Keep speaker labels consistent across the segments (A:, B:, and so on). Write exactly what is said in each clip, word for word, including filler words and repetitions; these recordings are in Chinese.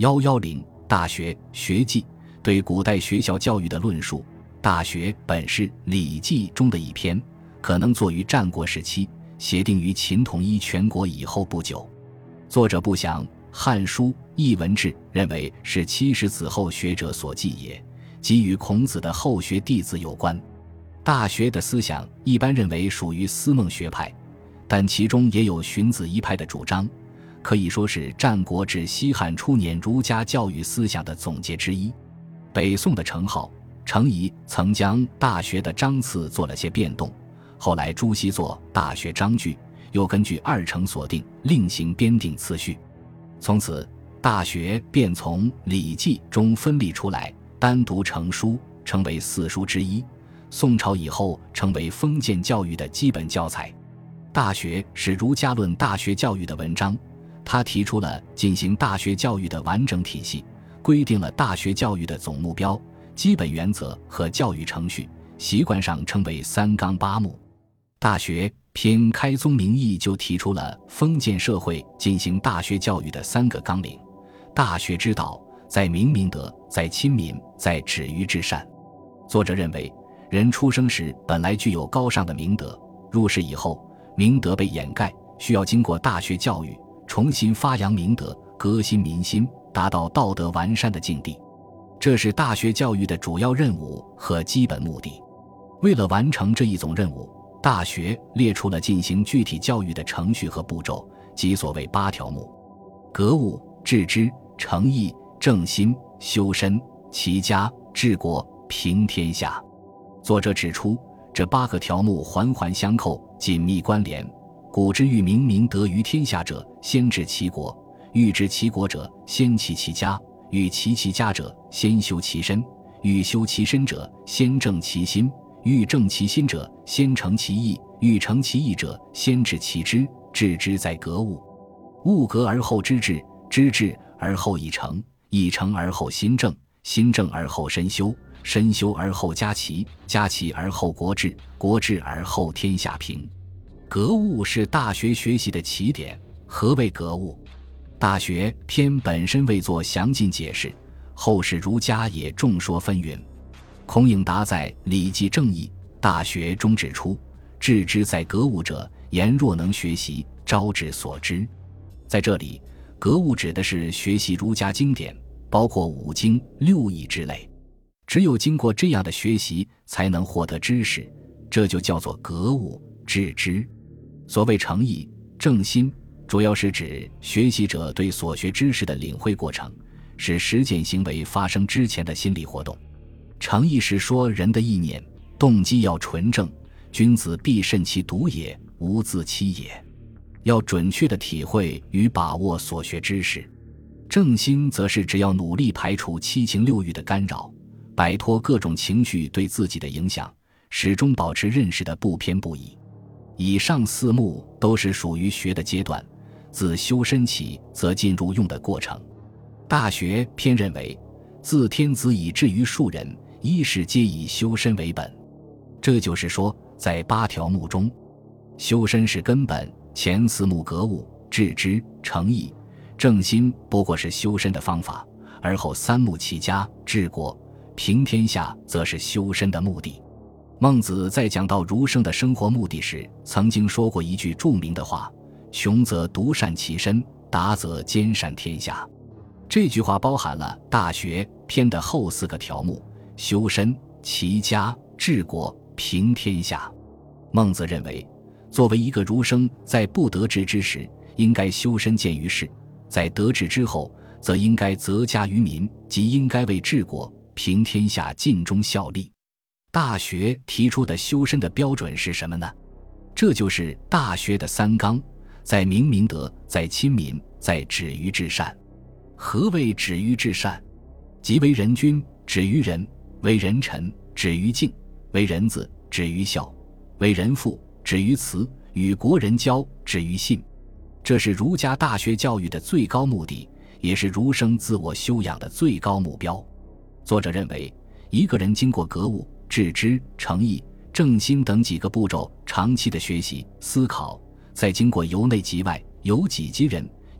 A: 一一零大学学记对古代学校教育的论述。大学本是《礼记》中的一篇，可能作于战国时期，写定于秦统一全国以后不久。作者不详，《汉书·艺文志》认为是七十子后学者所记也，即与孔子的后学弟子有关。大学的思想一般认为属于思孟学派，但其中也有荀子一派的主张，可以说是战国至西汉初年儒家教育思想的总结之一。北宋的程颢、程颐曾将大学的章次做了些变动，后来朱熹作《大学章句》，又根据二程所定，另行编定次序。从此大学便从《礼记》中分立出来，单独成书，成为四书之一。宋朝以后成为封建教育的基本教材。大学是儒家论大学教育的文章，他提出了进行大学教育的完整体系，规定了大学教育的总目标、基本原则和教育程序，习惯上称为三纲八目。大学篇开宗明义就提出了封建社会进行大学教育的三个纲领：大学之道，在明明德，在亲民，在止于至善。作者认为，人出生时本来具有高尚的明德，入世以后，明德被掩盖，需要经过大学教育，重新发扬明德，革新民心，达到道德完善的境地。这是大学教育的主要任务和基本目的。为了完成这一总任务，大学列出了进行具体教育的程序和步骤，即所谓八条目：格物、致知、诚意、正心、修身、齐家、治国、平天下。作者指出，这八个条目环环相扣，紧密关联。古之欲明明德于天下者，先治其国；欲治其国者，先齐其家；欲齐其家者，先修其身；欲修其身者，先正其心；欲正其心者，先诚其意；欲诚其意者，先治其知。致知在格物，物格而后知至，知至而后意诚，意诚而后心正，心正而后身修，身修而后家齐，家齐而后国治，国治而后天下平。格物是大学学习的起点。何谓格物？大学篇本身未作详尽解释，后世儒家也众说纷纭。孔颖达在《礼记正义·大学》中指出，致知在格物者，言若能学习，招致所知。在这里，格物指的是学习儒家经典，包括五经、六艺之类。只有经过这样的学习，才能获得知识，这就叫做格物致知。所谓诚意、正心，主要是指学习者对所学知识的领会过程，是实践行为发生之前的心理活动。诚意是说人的意念、动机要纯正，君子必慎其独也，无自欺也。要准确地体会与把握所学知识。正心则是只要努力排除七情六欲的干扰，摆脱各种情绪对自己的影响，始终保持认识的不偏不倚。以上四目都是属于学的阶段，自修身起则进入用的过程。大学篇认为，自天子以至于庶人，一事皆以修身为本。这就是说，在八条目中，修身是根本，前四目格物、致知、诚意、正心不过是修身的方法，而后三目齐家、治国、平天下则是修身的目的。孟子在讲到儒生的生活目的时，曾经说过一句著名的话：穷则独善其身，达则兼善天下。这句话包含了大学篇的后四个条目：修身、齐家、治国、平天下。孟子认为，作为一个儒生，在不得志之时，应该修身见于世；在得志之后，则应该泽家于民，即应该为治国、平天下尽忠效力。大学提出的修身的标准是什么呢？这就是大学的三纲：在明明德，在亲民，在止于至善。何谓止于至善？即为人君，止于仁；为人臣，止于敬；为人子，止于孝；为人父，止于慈；与国人交，止于信。这是儒家大学教育的最高目的，也是儒生自我修养的最高目标。作者认为，一个人经过格物、致知、诚意、正心等几个步骤长期的学习思考，再经过由内及外、由己及人、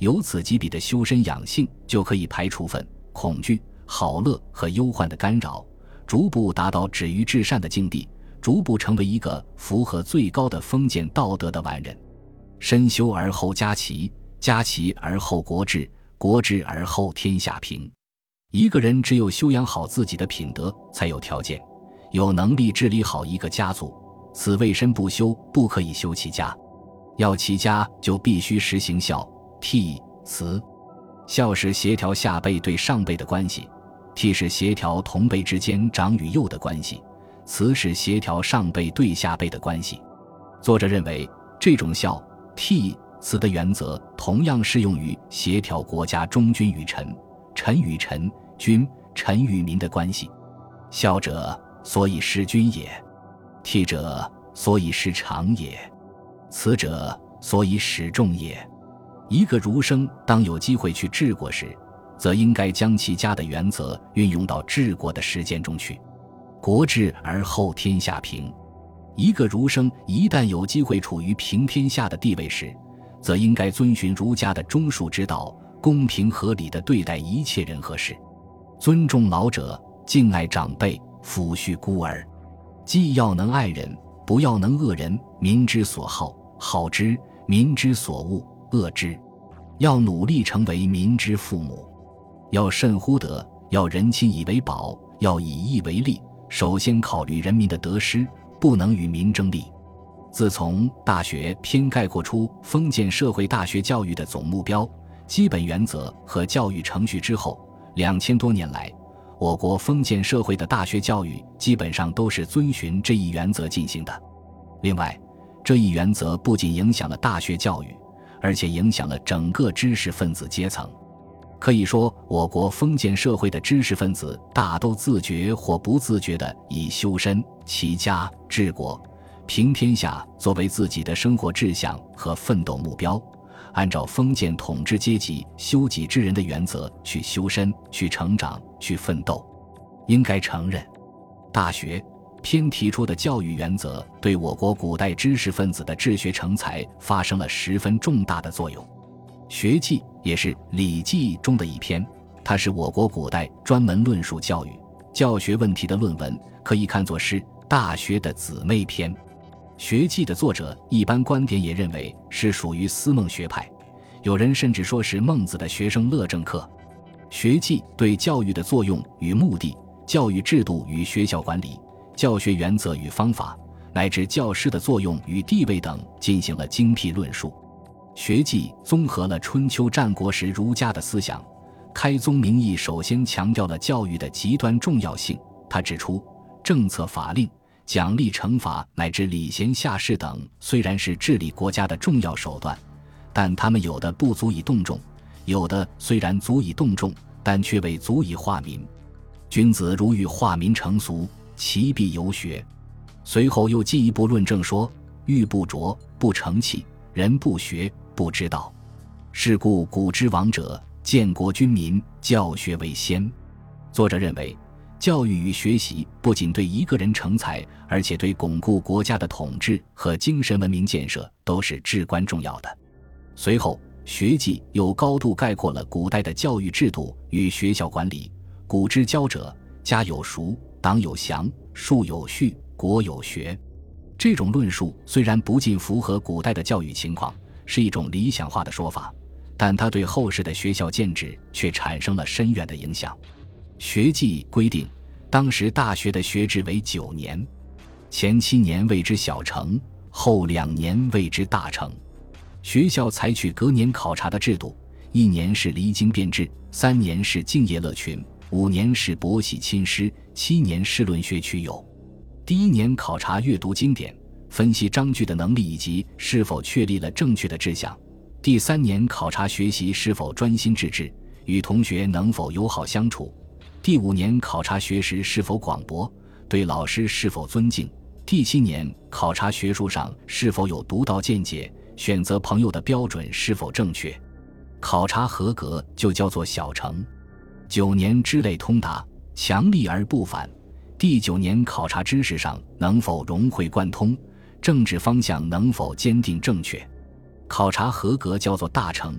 A: 由此及彼的修身养性，就可以排除愤、恐惧、好乐和忧患的干扰，逐步达到止于至善的境地，逐步成为一个符合最高的封建道德的完人。身修而后家齐，家齐而后国治，国治而后天下平。一个人只有修养好自己的品德，才有条件有能力治理好一个家族。此谓身不修，不可以修其家。要齐家，就必须实行孝、悌、慈。孝是协调下辈对上辈的关系，悌是协调同辈之间长与幼的关系，慈是协调上辈对下辈的关系。作者认为，这种孝、悌、慈的原则同样适用于协调国家中君与臣、臣与臣、君、臣与民的关系。孝者，所以事君也；悌者，所以事长也；慈者，所以使众也。一个儒生当有机会去治国时，则应该将其家的原则运用到治国的实践中去。国治而后天下平。一个儒生一旦有机会处于平天下的地位时，则应该遵循儒家的中恕之道，公平合理地对待一切人和事，尊重老者，敬爱长辈，抚恤孤儿。既要能爱人，不要能恶人，民之所好，好之；民之所恶，恶之。要努力成为民之父母。要慎乎德，要人亲以为宝，要以义为利，首先考虑人民的得失，不能与民争利。自从《大学》篇概括出封建社会大学教育的总目标、基本原则和教育程序之后，两千多年来，我国封建社会的大学教育基本上都是遵循这一原则进行的。另外，这一原则不仅影响了大学教育，而且影响了整个知识分子阶层。可以说，我国封建社会的知识分子大都自觉或不自觉地以修身、齐家、治国、平天下作为自己的生活志向和奋斗目标，按照封建统治阶级修己治人的原则去修身、去成长、去奋斗。应该承认，大学篇提出的教育原则对我国古代知识分子的治学成才发生了十分重大的作用。学记也是《礼记》中的一篇，它是我国古代专门论述教育、教学问题的论文，可以看作是《大学》的姊妹篇。学记的作者一般观点也认为是属于思孟学派，有人甚至说是孟子的学生乐正客。学记对教育的作用与目的、教育制度与学校管理、教学原则与方法，乃至教师的作用与地位等进行了精辟论述。学记综合了春秋战国时儒家的思想，开宗明义首先强调了教育的极端重要性。他指出，政策法令、奖励惩罚乃至礼贤下士等虽然是治理国家的重要手段，但他们有的不足以动众，有的虽然足以动众，但却未足以化民。君子如欲化民成俗，其必由学。随后又进一步论证说，欲不拙，不成器，人不学，不知道。是故古之王者，建国君民，教学为先。作者认为，教育与学习不仅对一个人成才，而且对巩固国家的统治和精神文明建设都是至关重要的。随后，学记又高度概括了古代的教育制度与学校管理。古之教者，家有塾，党有详，术有序，国有学。这种论述虽然不尽符合古代的教育情况，是一种理想化的说法，但它对后世的学校建制却产生了深远的影响。学记规定，当时大学的学制为九年，前七年谓之小成，后两年谓之大成。学校采取隔年考察的制度，一年是离经变制，三年是敬业乐群，五年是博喜亲师，七年是论学取友。第一年考察阅读经典，分析章句的能力以及是否确立了正确的志向。第三年考察学习是否专心致志，与同学能否友好相处。第五年考察学识是否广博，对老师是否尊敬。第七年考察学术上是否有独到见解，选择朋友的标准是否正确。考察合格就叫做小成。九年知类通达，强力而不反。第九年考察知识上能否融会贯通，政治方向能否坚定正确。考察合格叫做大成。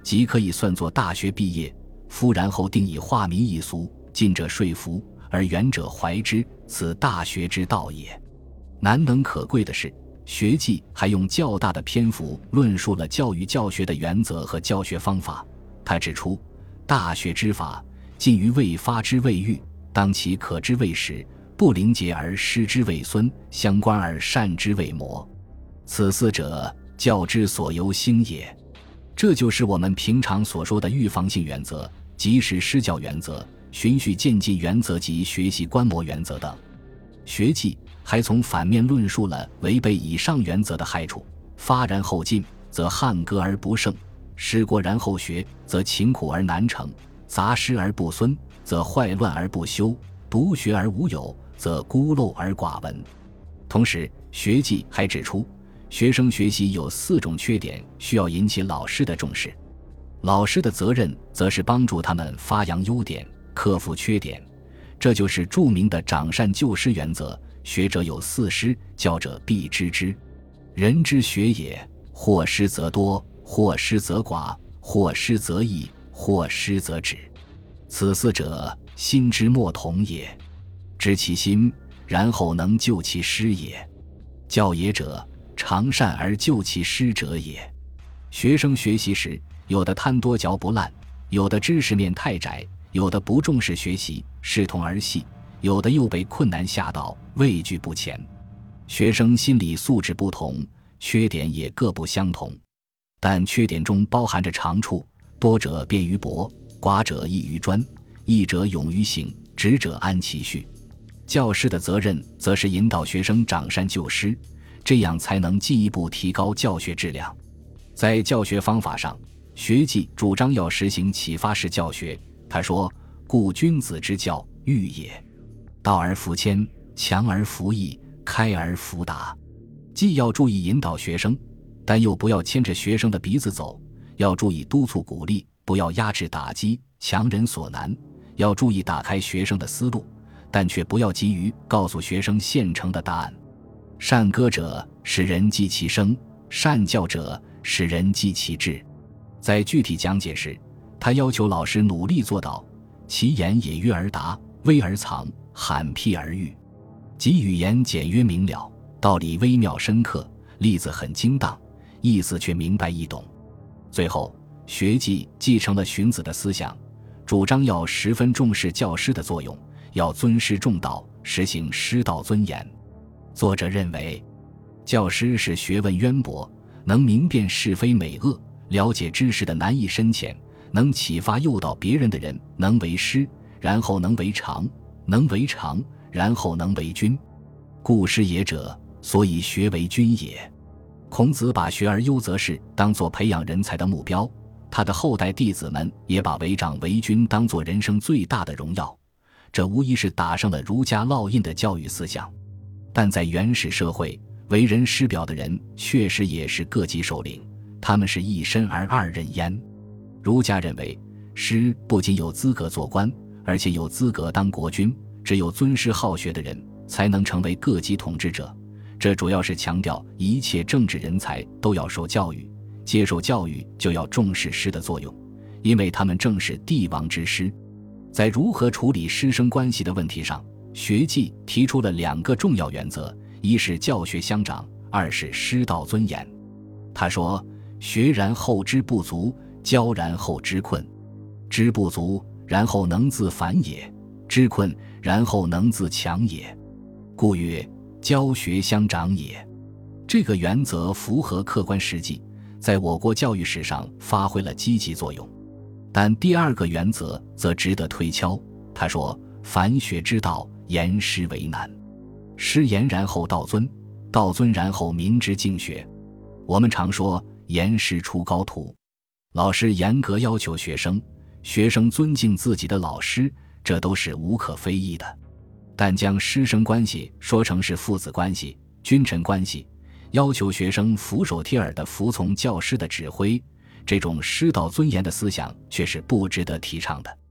A: 即可以算作大学毕业。夫然后定以化民易俗，近者说服，而远者怀之，此大学之道也。难能可贵的是，学记还用较大的篇幅论述了教育教学的原则和教学方法。他指出，大学之法，近于未发之谓喻，当其可之谓始，不灵节而失之谓孙，相关而善之谓模。此四者，教之所由兴也。这就是我们平常所说的预防性原则、及时施教原则、循序渐进原则及学习观摩原则等。学记还从反面论述了违背以上原则的害处：发然后进，则汉歌而不胜；失过然后学，则勤苦而难成；杂师而不孙，则坏乱而不修；独学而无有，则孤陋而寡闻。同时，学记还指出，学生学习有四种缺点需要引起老师的重视，老师的责任则是帮助他们发扬优点，克服缺点。这就是著名的长善救失原则：学者有四失，教者必知之。人之学也，或失则多，或失则寡，或失则易，或失则止。此四者，心之莫同也。知其心，然后能救其失也。教也者，常善而救其失者也。学生学习时，有的贪多嚼不烂，有的知识面太窄，有的不重视学习，视同儿戏，有的又被困难吓倒，畏惧不前。学生心理素质不同，缺点也各不相同，但缺点中包含着长处，多者便于博，寡者易于专，易者勇于行，直者安其序。教师的责任则是引导学生长善救失，这样才能进一步提高教学质量。在教学方法上，学记主张要实行启发式教学。他说：故君子之教，育也。道而弗谦，强而弗易，开而弗达。既要注意引导学生，但又不要牵着学生的鼻子走，要注意督促鼓励，不要压制打击，强人所难。要注意打开学生的思路，但却不要急于告诉学生现成的答案。善歌者，使人记其声；善教者，使人记其志。在具体讲解时，他要求老师努力做到其言也约而达，微而藏，罕辟而喻，即语言简约明了，道理微妙深刻，例子很精当，意思却明白易懂。最后，学记继承了荀子的思想，主张要十分重视教师的作用，要尊师重道，实行师道尊严。作者认为，教师是学问渊博，能明辨是非美恶，了解知识的难易深浅，能启发诱导别人的人，能为师，然后能为常，能为常，然后能为君。故师也者，所以学为君也。孔子把学而优则仕当作培养人才的目标，他的后代弟子们也把为长为君当作人生最大的荣耀，这无疑是打上了儒家烙印的教育思想。但在原始社会，为人师表的人确实也是各级首领，他们是一身而二任焉。儒家认为，师不仅有资格做官，而且有资格当国君，只有尊师好学的人才能成为各级统治者。这主要是强调一切政治人才都要受教育，接受教育就要重视师的作用，因为他们正是帝王之师。在如何处理师生关系的问题上，学记提出了两个重要原则，一是教学相长，二是师道尊严。他说：学然后知不足，教然后知困。知不足，然后能自反也；知困，然后能自强也。故曰：教学相长也。这个原则符合客观实际，在我国教育史上发挥了积极作用。但第二个原则则值得推敲。他说：凡学之道，严师为难。师严然后道尊，道尊然后民之敬学。我们常说严师出高徒，老师严格要求学生，学生尊敬自己的老师，这都是无可非议的。但将师生关系说成是父子关系、君臣关系，要求学生俯首帖耳地服从教师的指挥，这种师道尊严的思想却是不值得提倡的。